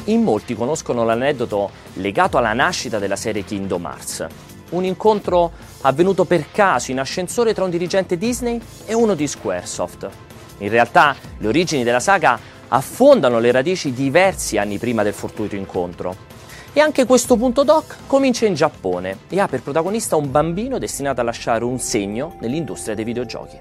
in molti conoscono l'aneddoto legato alla nascita della serie Kingdom Hearts. Un incontro avvenuto per caso in ascensore tra un dirigente Disney e uno di Squaresoft. In realtà, le origini della saga affondano le radici diversi anni prima del fortuito incontro. E anche questo punto doc comincia in Giappone e ha per protagonista un bambino destinato a lasciare un segno nell'industria dei videogiochi.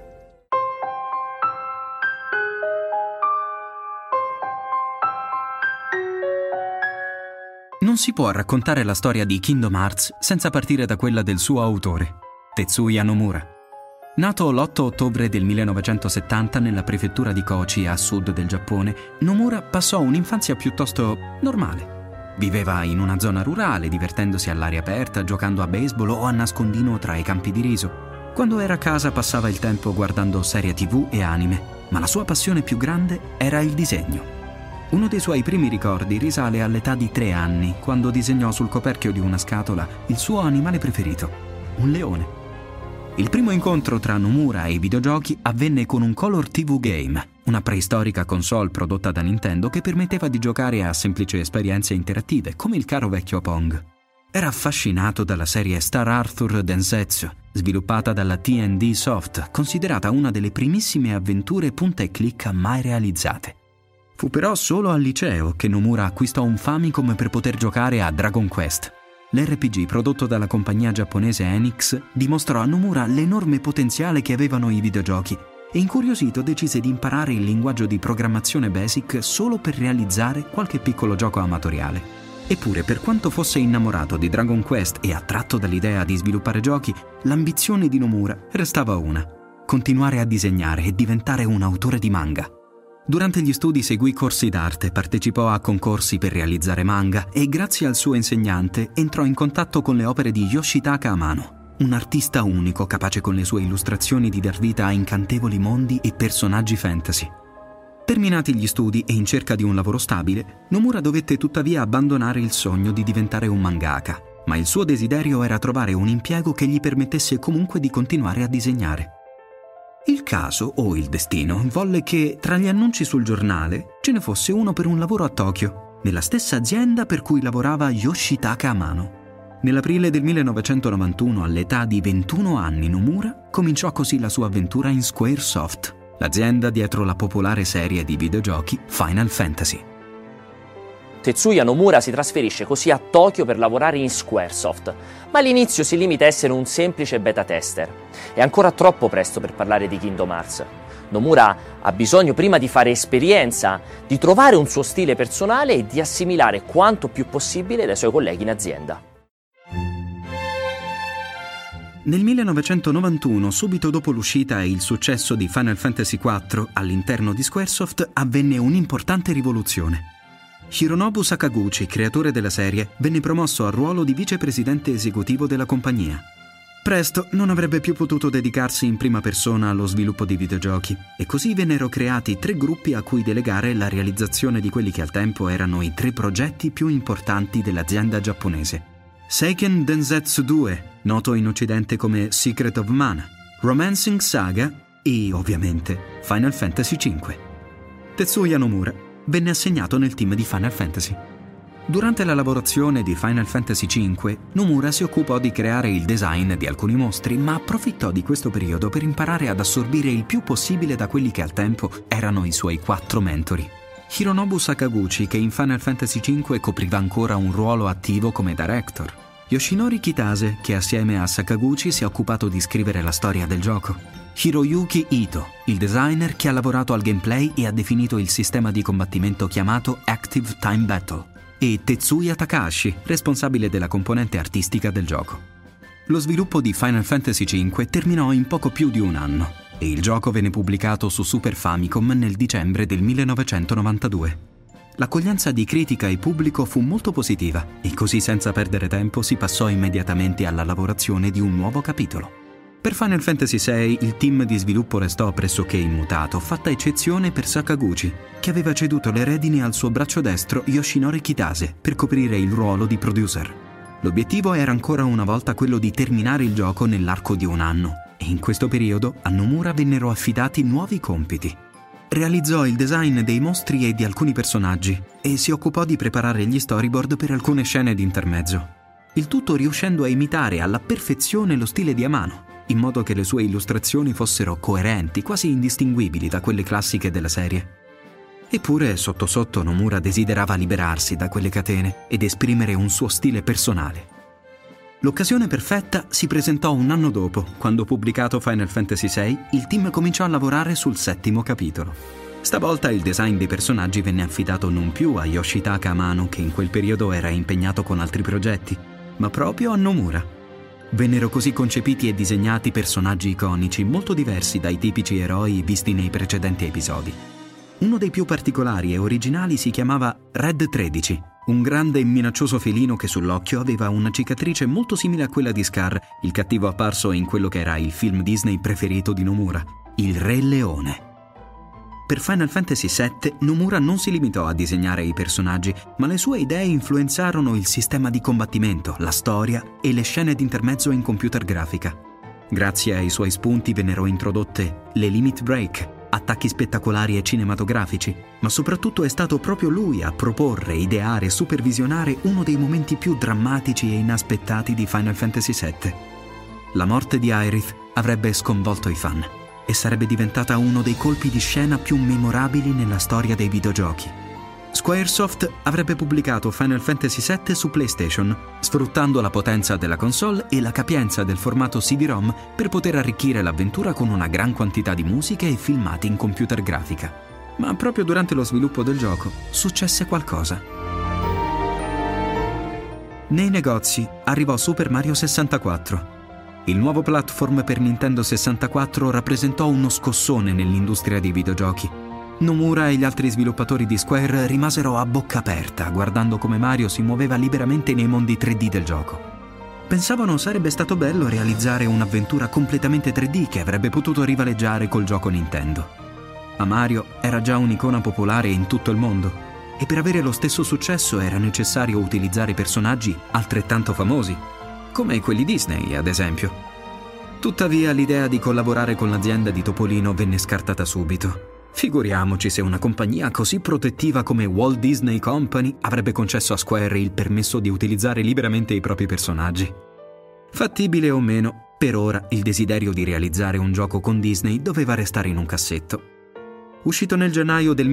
Non si può raccontare la storia di Kingdom Hearts senza partire da quella del suo autore, Tetsuya Nomura. Nato l'8 ottobre del 1970 nella prefettura di Kochi, a sud del Giappone, Nomura passò un'infanzia piuttosto normale. Viveva in una zona rurale, divertendosi all'aria aperta, giocando a baseball o a nascondino tra i campi di riso. Quando era a casa passava il tempo guardando serie TV e anime, ma la sua passione più grande era il disegno. Uno dei suoi primi ricordi risale all'età di 3 anni, quando disegnò sul coperchio di una scatola il suo animale preferito, un leone. Il primo incontro tra Nomura e i videogiochi avvenne con un Color TV Game, una preistorica console prodotta da Nintendo che permetteva di giocare a semplici esperienze interattive, come il caro vecchio Pong. Era affascinato dalla serie Star Arthur Densetsu, sviluppata dalla T&D Soft, considerata una delle primissime avventure punta e clicca mai realizzate. Fu però solo al liceo che Nomura acquistò un Famicom per poter giocare a Dragon Quest. L'RPG prodotto dalla compagnia giapponese Enix dimostrò a Nomura l'enorme potenziale che avevano i videogiochi e incuriosito decise di imparare il linguaggio di programmazione BASIC solo per realizzare qualche piccolo gioco amatoriale. Eppure, per quanto fosse innamorato di Dragon Quest e attratto dall'idea di sviluppare giochi, l'ambizione di Nomura restava una: continuare a disegnare e diventare un autore di manga. Durante gli studi seguì corsi d'arte, partecipò a concorsi per realizzare manga e grazie al suo insegnante entrò in contatto con le opere di Yoshitaka Amano, un artista unico capace con le sue illustrazioni di dar vita a incantevoli mondi e personaggi fantasy. Terminati gli studi e in cerca di un lavoro stabile, Nomura dovette tuttavia abbandonare il sogno di diventare un mangaka, ma il suo desiderio era trovare un impiego che gli permettesse comunque di continuare a disegnare. Il caso, o il destino, volle che tra gli annunci sul giornale ce ne fosse uno per un lavoro a Tokyo, nella stessa azienda per cui lavorava Yoshitaka Amano. Nell'aprile del 1991, all'età di 21 anni, Nomura cominciò così la sua avventura in Squaresoft, l'azienda dietro la popolare serie di videogiochi Final Fantasy. Tetsuya Nomura si trasferisce così a Tokyo per lavorare in Squaresoft, ma all'inizio si limita a essere un semplice beta tester. È ancora troppo presto per parlare di Kingdom Hearts. Nomura ha bisogno prima di fare esperienza, di trovare un suo stile personale e di assimilare quanto più possibile dai suoi colleghi in azienda. Nel 1991, subito dopo l'uscita e il successo di Final Fantasy IV all'interno di Squaresoft, avvenne un'importante rivoluzione. Hironobu Sakaguchi, creatore della serie, venne promosso al ruolo di vicepresidente esecutivo della compagnia. Presto non avrebbe più potuto dedicarsi in prima persona allo sviluppo di videogiochi e così vennero creati 3 gruppi a cui delegare la realizzazione di quelli che al tempo erano i 3 progetti più importanti dell'azienda giapponese: Seiken Densetsu 2, noto in occidente come Secret of Mana, Romancing Saga e, ovviamente, Final Fantasy V. Tetsuya Nomura venne assegnato nel team di Final Fantasy. Durante la lavorazione di Final Fantasy V, Nomura si occupò di creare il design di alcuni mostri, ma approfittò di questo periodo per imparare ad assorbire il più possibile da quelli che al tempo erano i suoi 4 mentori. Hironobu Sakaguchi, che in Final Fantasy V copriva ancora un ruolo attivo come director. Yoshinori Kitase, che assieme a Sakaguchi si è occupato di scrivere la storia del gioco. Hiroyuki Ito, il designer che ha lavorato al gameplay e ha definito il sistema di combattimento chiamato Active Time Battle, e Tetsuya Takahashi, responsabile della componente artistica del gioco. Lo sviluppo di Final Fantasy V terminò in poco più di un anno e il gioco venne pubblicato su Super Famicom nel dicembre del 1992. L'accoglienza di critica e pubblico fu molto positiva e così, senza perdere tempo, si passò immediatamente alla lavorazione di un nuovo capitolo. Per Final Fantasy VI il team di sviluppo restò pressoché immutato, fatta eccezione per Sakaguchi, che aveva ceduto le redini al suo braccio destro Yoshinori Kitase per coprire il ruolo di producer. L'obiettivo era ancora una volta quello di terminare il gioco nell'arco di un anno, e in questo periodo a Nomura vennero affidati nuovi compiti. realizzò il design dei mostri e di alcuni personaggi e si occupò di preparare gli storyboard per alcune scene di intermezzo. Il tutto riuscendo a imitare alla perfezione lo stile di Amano, in modo che le sue illustrazioni fossero coerenti, quasi indistinguibili da quelle classiche della serie. Eppure, sotto sotto, Nomura desiderava liberarsi da quelle catene ed esprimere un suo stile personale. L'occasione perfetta si presentò un anno dopo, quando pubblicato Final Fantasy VI, il team cominciò a lavorare sul 7° capitolo. Stavolta il design dei personaggi venne affidato non più a Yoshitaka Amano, che in quel periodo era impegnato con altri progetti, ma proprio a Nomura. Vennero così concepiti e disegnati personaggi iconici molto diversi dai tipici eroi visti nei precedenti episodi. Uno dei più particolari e originali si chiamava Red 13, un grande e minaccioso felino che sull'occhio aveva una cicatrice molto simile a quella di Scar, il cattivo apparso in quello che era il film Disney preferito di Nomura, Il Re Leone. Per Final Fantasy VII, Nomura non si limitò a disegnare i personaggi, ma le sue idee influenzarono il sistema di combattimento, la storia e le scene d'intermezzo in computer grafica. Grazie ai suoi spunti vennero introdotte le Limit Break, attacchi spettacolari e cinematografici, ma soprattutto è stato proprio lui a proporre, ideare e supervisionare uno dei momenti più drammatici e inaspettati di Final Fantasy VII. La morte di Aerith avrebbe sconvolto i fan e sarebbe diventata uno dei colpi di scena più memorabili nella storia dei videogiochi. Squaresoft avrebbe pubblicato Final Fantasy VII su PlayStation, sfruttando la potenza della console e la capienza del formato CD-ROM per poter arricchire l'avventura con una gran quantità di musiche e filmati in computer grafica. Ma proprio durante lo sviluppo del gioco successe qualcosa. Nei negozi arrivò Super Mario 64. Il nuovo platform per Nintendo 64 rappresentò uno scossone nell'industria dei videogiochi. Nomura e gli altri sviluppatori di Square rimasero a bocca aperta guardando come Mario si muoveva liberamente nei mondi 3D del gioco. Pensavano sarebbe stato bello realizzare un'avventura completamente 3D che avrebbe potuto rivaleggiare col gioco Nintendo. Ma Mario era già un'icona popolare in tutto il mondo e per avere lo stesso successo era necessario utilizzare personaggi altrettanto famosi, come quelli Disney ad esempio. Tuttavia l'idea di collaborare con l'azienda di Topolino venne scartata subito. Figuriamoci se una compagnia così protettiva come Walt Disney Company avrebbe concesso a Square il permesso di utilizzare liberamente i propri personaggi. Fattibile o meno, per ora il desiderio di realizzare un gioco con Disney doveva restare in un cassetto. Uscito nel gennaio del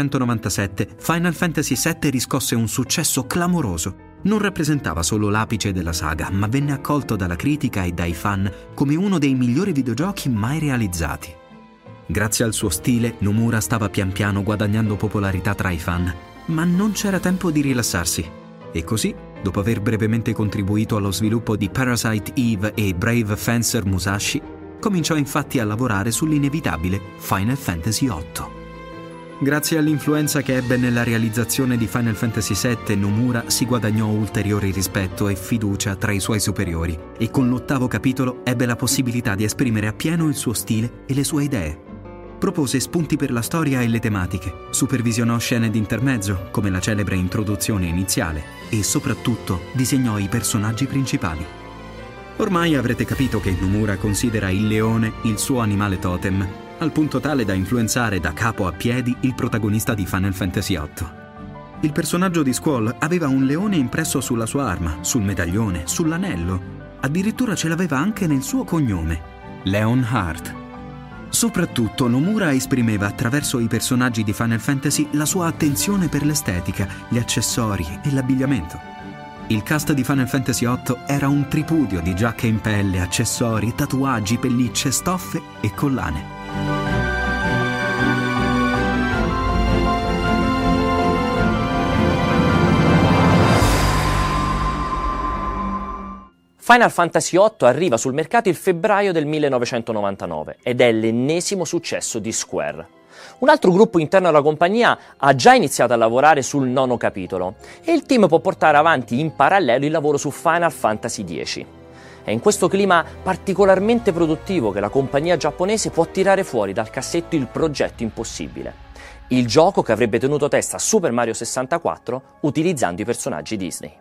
1997, Final Fantasy VII riscosse un successo clamoroso. Non rappresentava solo l'apice della saga, ma venne accolto dalla critica e dai fan come uno dei migliori videogiochi mai realizzati. Grazie al suo stile, Nomura stava pian piano guadagnando popolarità tra i fan, ma non c'era tempo di rilassarsi. E così, dopo aver brevemente contribuito allo sviluppo di Parasite Eve e Brave Fencer Musashi, cominciò infatti a lavorare sull'inevitabile Final Fantasy VIII. Grazie all'influenza che ebbe nella realizzazione di Final Fantasy VII, Nomura si guadagnò ulteriore rispetto e fiducia tra i suoi superiori e con l'8° capitolo ebbe la possibilità di esprimere appieno il suo stile e le sue idee. Propose spunti per la storia e le tematiche, supervisionò scene d'intermezzo, come la celebre introduzione iniziale, e soprattutto disegnò i personaggi principali. Ormai avrete capito che Nomura considera il leone il suo animale totem, al punto tale da influenzare da capo a piedi il protagonista di Final Fantasy VIII. Il personaggio di Squall aveva un leone impresso sulla sua arma, sul medaglione, sull'anello. Addirittura ce l'aveva anche nel suo cognome, Leonhardt. Soprattutto Nomura esprimeva attraverso i personaggi di Final Fantasy la sua attenzione per l'estetica, gli accessori e l'abbigliamento. Il cast di Final Fantasy VIII era un tripudio di giacche in pelle, accessori, tatuaggi, pellicce, stoffe e collane. Final Fantasy VIII arriva sul mercato il febbraio del 1999 ed è l'ennesimo successo di Square. Un altro gruppo interno alla compagnia ha già iniziato a lavorare sul 9° capitolo e il team può portare avanti in parallelo il lavoro su Final Fantasy X. È in questo clima particolarmente produttivo che la compagnia giapponese può tirare fuori dal cassetto il progetto impossibile, il gioco che avrebbe tenuto testa a Super Mario 64 utilizzando i personaggi Disney.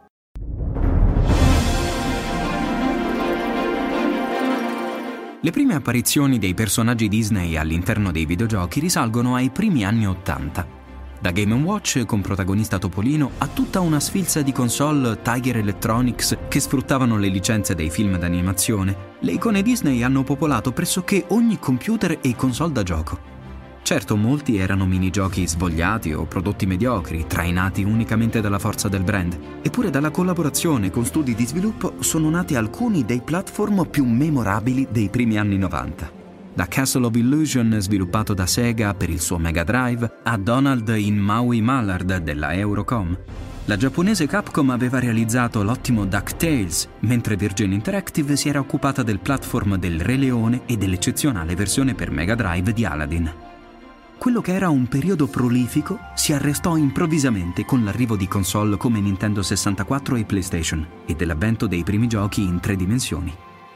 Le prime apparizioni dei personaggi Disney all'interno dei videogiochi risalgono ai primi anni '80. Da Game & Watch con protagonista Topolino a tutta una sfilza di console Tiger Electronics che sfruttavano le licenze dei film d'animazione, le icone Disney hanno popolato pressoché ogni computer e console da gioco. Certo, molti erano minigiochi svogliati o prodotti mediocri, trainati unicamente dalla forza del brand. Eppure dalla collaborazione con studi di sviluppo sono nati alcuni dei platform più memorabili dei primi anni '90. Da Castle of Illusion sviluppato da Sega per il suo Mega Drive a Donald in Maui Mallard della Eurocom. La giapponese Capcom aveva realizzato l'ottimo DuckTales, mentre Virgin Interactive si era occupata del platform del Re Leone e dell'eccezionale versione per Mega Drive di Aladdin. Quello che era un periodo prolifico si arrestò improvvisamente con l'arrivo di console come Nintendo 64 e PlayStation e dell'avvento dei primi giochi in 3 dimensioni.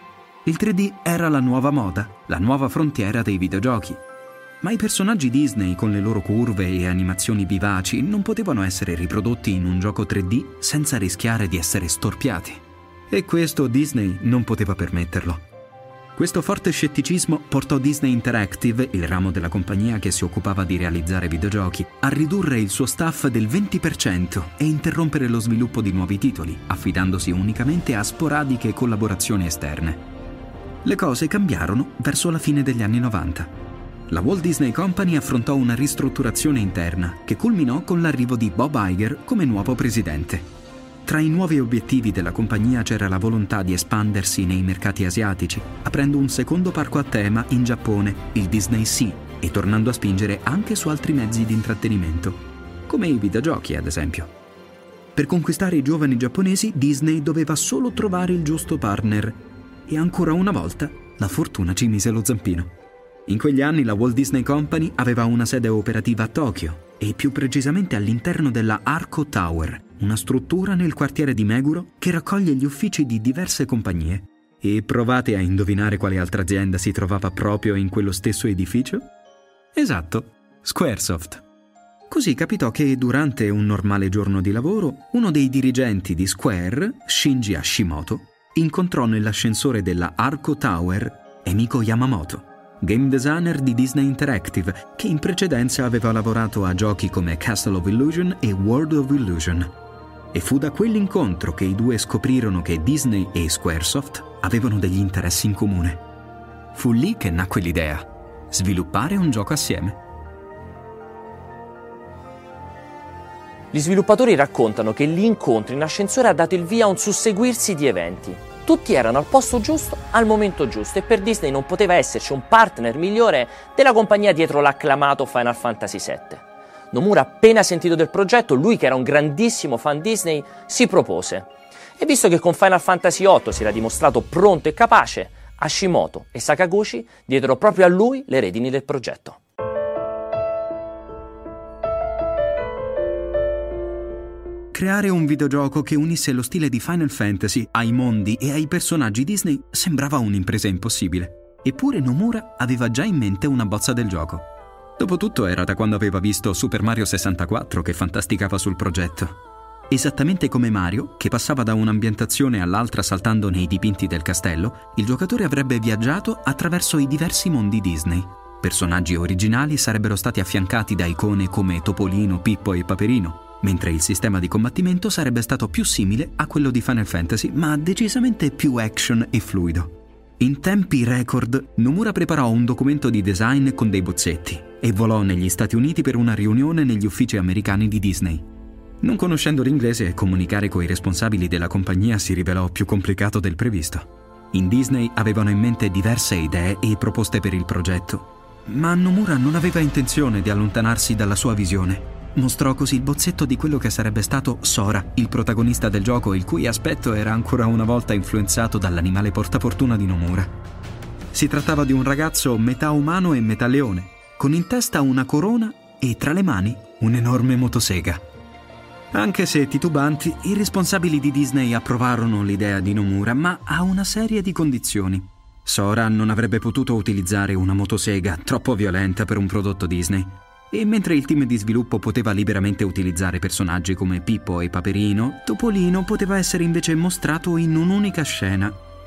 Il 3D era la nuova moda, la nuova frontiera dei videogiochi. Ma i personaggi Disney con le loro curve e animazioni vivaci non potevano essere riprodotti in un gioco 3D senza rischiare di essere storpiati. E questo Disney non poteva permetterlo. Questo forte scetticismo portò Disney Interactive, il ramo della compagnia che si occupava di realizzare videogiochi, a ridurre il suo staff del 20% e interrompere lo sviluppo di nuovi titoli, affidandosi unicamente a sporadiche collaborazioni esterne. Le cose cambiarono verso la fine degli anni '90. La Walt Disney Company affrontò una ristrutturazione interna che culminò con l'arrivo di Bob Iger come nuovo presidente. Tra i nuovi obiettivi della compagnia c'era la volontà di espandersi nei mercati asiatici, aprendo un secondo parco a tema in Giappone, il Disney Sea, e tornando a spingere anche su altri mezzi di intrattenimento, come i videogiochi ad esempio. Per conquistare i giovani giapponesi, Disney doveva solo trovare il giusto partner, e ancora una volta la fortuna ci mise lo zampino. In quegli anni la Walt Disney Company aveva una sede operativa a Tokyo, e più precisamente all'interno della Arco Tower, una struttura nel quartiere di Meguro che raccoglie gli uffici di diverse compagnie. E provate a indovinare quale altra azienda si trovava proprio in quello stesso edificio? Esatto, Squaresoft. Così capitò che durante un normale giorno di lavoro, uno dei dirigenti di Square, Shinji Hashimoto, incontrò nell'ascensore della Arco Tower Emiko Yamamoto, game designer di Disney Interactive, che in precedenza aveva lavorato a giochi come Castle of Illusion e World of Illusion. E fu da quell'incontro che i due scoprirono che Disney e Squaresoft avevano degli interessi in comune. Fu lì che nacque l'idea: sviluppare un gioco assieme. Gli sviluppatori raccontano che l'incontro in ascensore ha dato il via a un susseguirsi di eventi. Tutti erano al posto giusto, al momento giusto, e per Disney non poteva esserci un partner migliore della compagnia dietro l'acclamato Final Fantasy VII. Nomura, appena sentito del progetto, lui che era un grandissimo fan Disney, si propose. E visto che con Final Fantasy VIII si era dimostrato pronto e capace, Hashimoto e Sakaguchi diedero proprio a lui le redini del progetto. Creare un videogioco che unisse lo stile di Final Fantasy ai mondi e ai personaggi Disney sembrava un'impresa impossibile. Eppure Nomura aveva già in mente una bozza del gioco. Dopotutto era da quando aveva visto Super Mario 64 che fantasticava sul progetto. Esattamente come Mario, che passava da un'ambientazione all'altra saltando nei dipinti del castello, il giocatore avrebbe viaggiato attraverso i diversi mondi Disney. Personaggi originali sarebbero stati affiancati da icone come Topolino, Pippo e Paperino, mentre il sistema di combattimento sarebbe stato più simile a quello di Final Fantasy, ma decisamente più action e fluido. In tempi record, Nomura preparò un documento di design con dei bozzetti e volò negli Stati Uniti per una riunione negli uffici americani di Disney. Non conoscendo l'inglese, comunicare coi responsabili della compagnia si rivelò più complicato del previsto. In Disney avevano in mente diverse idee e proposte per il progetto, ma Nomura non aveva intenzione di allontanarsi dalla sua visione. Mostrò così il bozzetto di quello che sarebbe stato Sora, il protagonista del gioco, il cui aspetto era ancora una volta influenzato dall'animale portafortuna di Nomura. Si trattava di un ragazzo metà umano e metà leone, con in testa una corona e tra le mani un'enorme motosega. Anche se titubanti, i responsabili di Disney approvarono l'idea di Nomura, ma a una serie di condizioni. Sora non avrebbe potuto utilizzare una motosega troppo violenta per un prodotto Disney. E mentre il team di sviluppo poteva liberamente utilizzare personaggi come Pippo e Paperino, Topolino poteva essere invece mostrato in un'unica scena.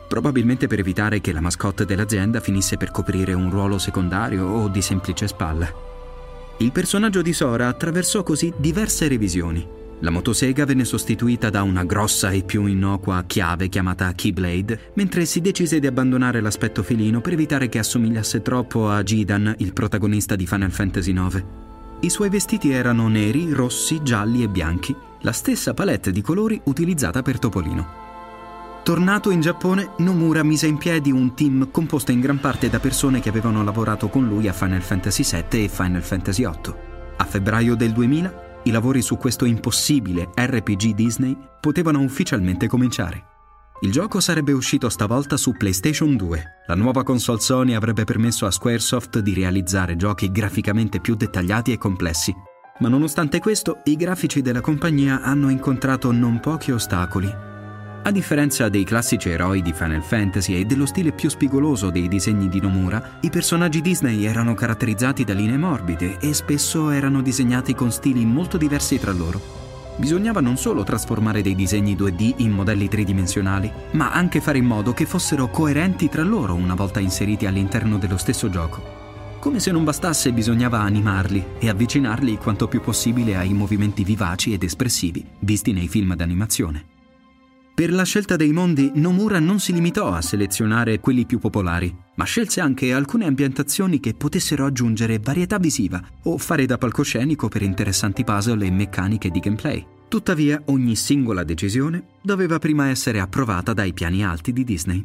probabilmente per evitare che la mascotte dell'azienda finisse per coprire un ruolo secondario o di semplice spalla. Il personaggio di Sora attraversò così diverse revisioni. La motosega venne sostituita da una grossa e più innocua chiave chiamata Keyblade, mentre si decise di abbandonare l'aspetto felino per evitare che assomigliasse troppo a Jidan, il protagonista di Final Fantasy IX. I suoi vestiti erano neri, rossi, gialli e bianchi, la stessa palette di colori utilizzata per Topolino. Tornato in Giappone, Nomura mise in piedi un team composto in gran parte da persone che avevano lavorato con lui a Final Fantasy VII e Final Fantasy VIII. A febbraio del 2000, i lavori su questo impossibile RPG Disney potevano ufficialmente cominciare. Il gioco sarebbe uscito stavolta su PlayStation 2. La nuova console Sony avrebbe permesso a Squaresoft di realizzare giochi graficamente più dettagliati e complessi. Ma nonostante questo, i grafici della compagnia hanno incontrato non pochi ostacoli. A differenza dei classici eroi di Final Fantasy e dello stile più spigoloso dei disegni di Nomura, i personaggi Disney erano caratterizzati da linee morbide e spesso erano disegnati con stili molto diversi tra loro. Bisognava non solo trasformare dei disegni 2D in modelli tridimensionali, ma anche fare in modo che fossero coerenti tra loro una volta inseriti all'interno dello stesso gioco. Come se non bastasse, bisognava animarli e avvicinarli quanto più possibile ai movimenti vivaci ed espressivi visti nei film d'animazione. Per la scelta dei mondi, Nomura non si limitò a selezionare quelli più popolari, ma scelse anche alcune ambientazioni che potessero aggiungere varietà visiva o fare da palcoscenico per interessanti puzzle e meccaniche di gameplay. Tuttavia, ogni singola decisione doveva prima essere approvata dai piani alti di Disney.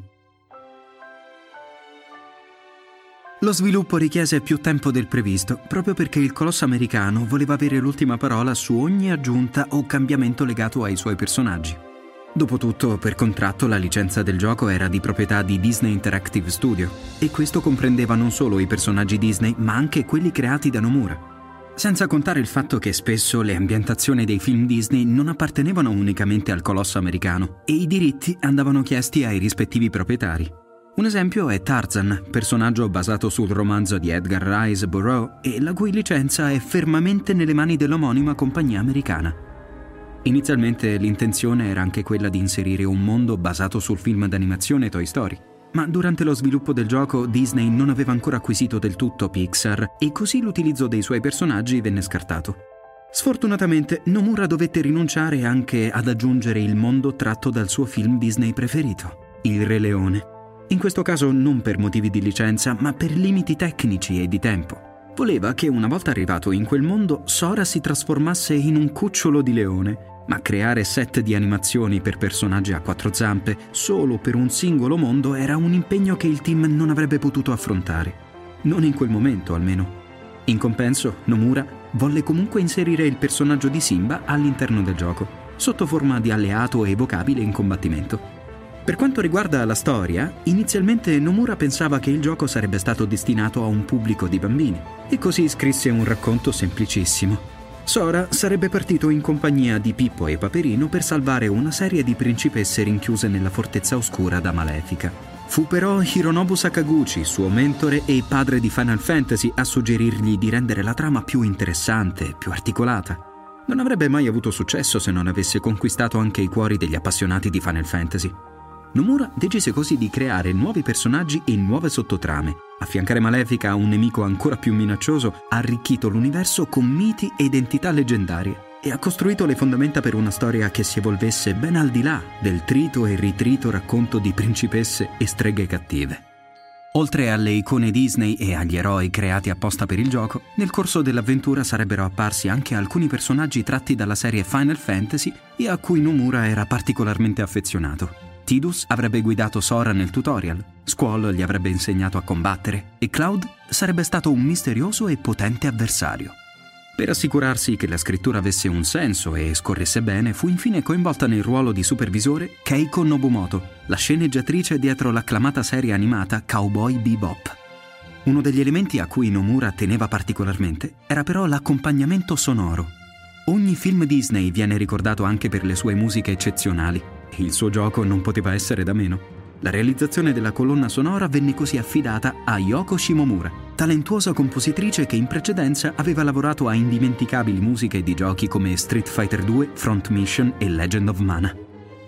Lo sviluppo richiese più tempo del previsto, proprio perché il colosso americano voleva avere l'ultima parola su ogni aggiunta o cambiamento legato ai suoi personaggi. Dopotutto, per contratto la licenza del gioco era di proprietà di Disney Interactive Studio, e questo comprendeva non solo i personaggi Disney, ma anche quelli creati da Nomura. Senza contare il fatto che spesso le ambientazioni dei film Disney non appartenevano unicamente al colosso americano, e i diritti andavano chiesti ai rispettivi proprietari. Un esempio è Tarzan, personaggio basato sul romanzo di Edgar Rice Burroughs e la cui licenza è fermamente nelle mani dell'omonima compagnia americana. Inizialmente l'intenzione era anche quella di inserire un mondo basato sul film d'animazione Toy Story, ma durante lo sviluppo del gioco Disney non aveva ancora acquisito del tutto Pixar e così l'utilizzo dei suoi personaggi venne scartato. Sfortunatamente Nomura dovette rinunciare anche ad aggiungere il mondo tratto dal suo film Disney preferito, Il Re Leone. In questo caso non per motivi di licenza, ma per limiti tecnici e di tempo. Voleva che una volta arrivato in quel mondo Sora si trasformasse in un cucciolo di leone, ma creare set di animazioni per personaggi a quattro zampe solo per un singolo mondo era un impegno che il team non avrebbe potuto affrontare. Non in quel momento, almeno. In compenso, Nomura volle comunque inserire il personaggio di Simba all'interno del gioco, sotto forma di alleato evocabile in combattimento. Per quanto riguarda la storia, inizialmente Nomura pensava che il gioco sarebbe stato destinato a un pubblico di bambini, e così scrisse un racconto semplicissimo. Sora sarebbe partito in compagnia di Pippo e Paperino per salvare una serie di principesse rinchiuse nella fortezza oscura da Malefica. Fu però Hironobu Sakaguchi, suo mentore e padre di Final Fantasy, a suggerirgli di rendere la trama più interessante, più articolata. Non avrebbe mai avuto successo se non avesse conquistato anche i cuori degli appassionati di Final Fantasy. Nomura decise così di creare nuovi personaggi e nuove sottotrame. Affiancare Malefica a un nemico ancora più minaccioso ha arricchito l'universo con miti e identità leggendarie e ha costruito le fondamenta per una storia che si evolvesse ben al di là del trito e ritrito racconto di principesse e streghe cattive. Oltre alle icone Disney e agli eroi creati apposta per il gioco, nel corso dell'avventura sarebbero apparsi anche alcuni personaggi tratti dalla serie Final Fantasy e a cui Nomura era particolarmente affezionato. Tidus avrebbe guidato Sora nel tutorial, Squall gli avrebbe insegnato a combattere e Cloud sarebbe stato un misterioso e potente avversario. Per assicurarsi che la scrittura avesse un senso e scorresse bene, fu infine coinvolta nel ruolo di supervisore Keiko Nobumoto, la sceneggiatrice dietro l'acclamata serie animata Cowboy Bebop. Uno degli elementi a cui Nomura teneva particolarmente era però l'accompagnamento sonoro. Ogni film Disney viene ricordato anche per le sue musiche eccezionali, e il suo gioco non poteva essere da meno. La realizzazione della colonna sonora venne così affidata a Yoko Shimomura, talentuosa compositrice che in precedenza aveva lavorato a indimenticabili musiche di giochi come Street Fighter 2, Front Mission e Legend of Mana.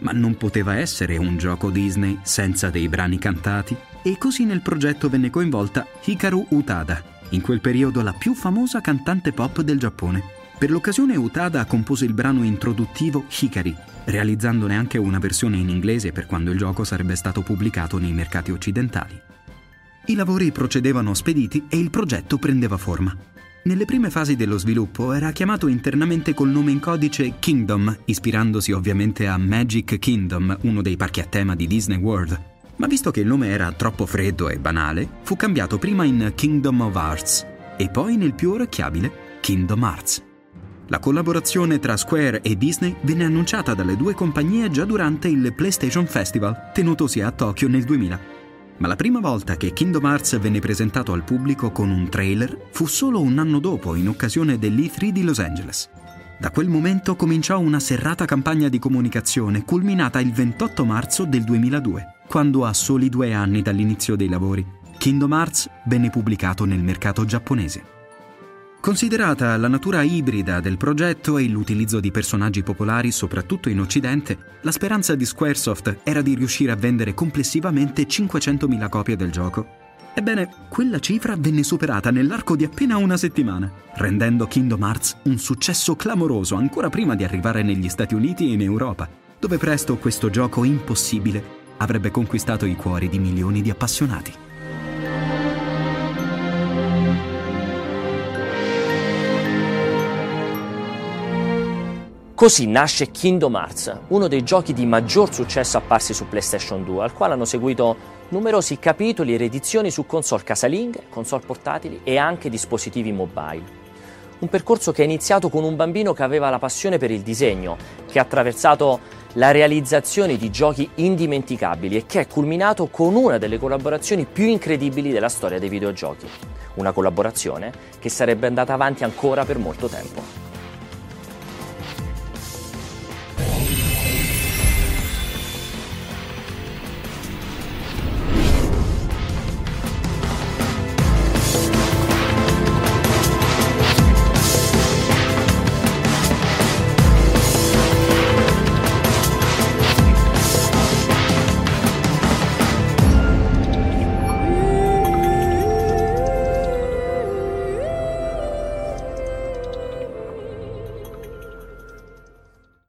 Ma non poteva essere un gioco Disney senza dei brani cantati, e così nel progetto venne coinvolta Hikaru Utada, in quel periodo la più famosa cantante pop del Giappone. Per l'occasione Utada compose il brano introduttivo Hikari, realizzandone anche una versione in inglese per quando il gioco sarebbe stato pubblicato nei mercati occidentali. I lavori procedevano spediti e il progetto prendeva forma. Nelle prime fasi dello sviluppo era chiamato internamente col nome in codice Kingdom, ispirandosi ovviamente a Magic Kingdom, uno dei parchi a tema di Disney World. Ma visto che il nome era troppo freddo e banale, fu cambiato prima in Kingdom of Hearts e poi nel più orecchiabile Kingdom Hearts. La collaborazione tra Square e Disney venne annunciata dalle due compagnie già durante il PlayStation Festival, tenutosi a Tokyo nel 2000. Ma la prima volta che Kingdom Hearts venne presentato al pubblico con un trailer fu solo un anno dopo, in occasione dell'E3 di Los Angeles. Da quel momento cominciò una serrata campagna di comunicazione, culminata il 28 marzo del 2002, quando, a soli 2 anni dall'inizio dei lavori, Kingdom Hearts venne pubblicato nel mercato giapponese. Considerata la natura ibrida del progetto e l'utilizzo di personaggi popolari soprattutto in Occidente, la speranza di Squaresoft era di riuscire a vendere complessivamente 500.000 copie del gioco. Ebbene, quella cifra venne superata nell'arco di appena una settimana, rendendo Kingdom Hearts un successo clamoroso ancora prima di arrivare negli Stati Uniti e in Europa, dove presto questo gioco impossibile avrebbe conquistato i cuori di milioni di appassionati. Così nasce Kingdom Hearts, uno dei giochi di maggior successo apparsi su PlayStation 2, al quale hanno seguito numerosi capitoli ed edizioni su console casalinghe, console portatili e anche dispositivi mobile. Un percorso che è iniziato con un bambino che aveva la passione per il disegno, che ha attraversato la realizzazione di giochi indimenticabili e che è culminato con una delle collaborazioni più incredibili della storia dei videogiochi. Una collaborazione che sarebbe andata avanti ancora per molto tempo.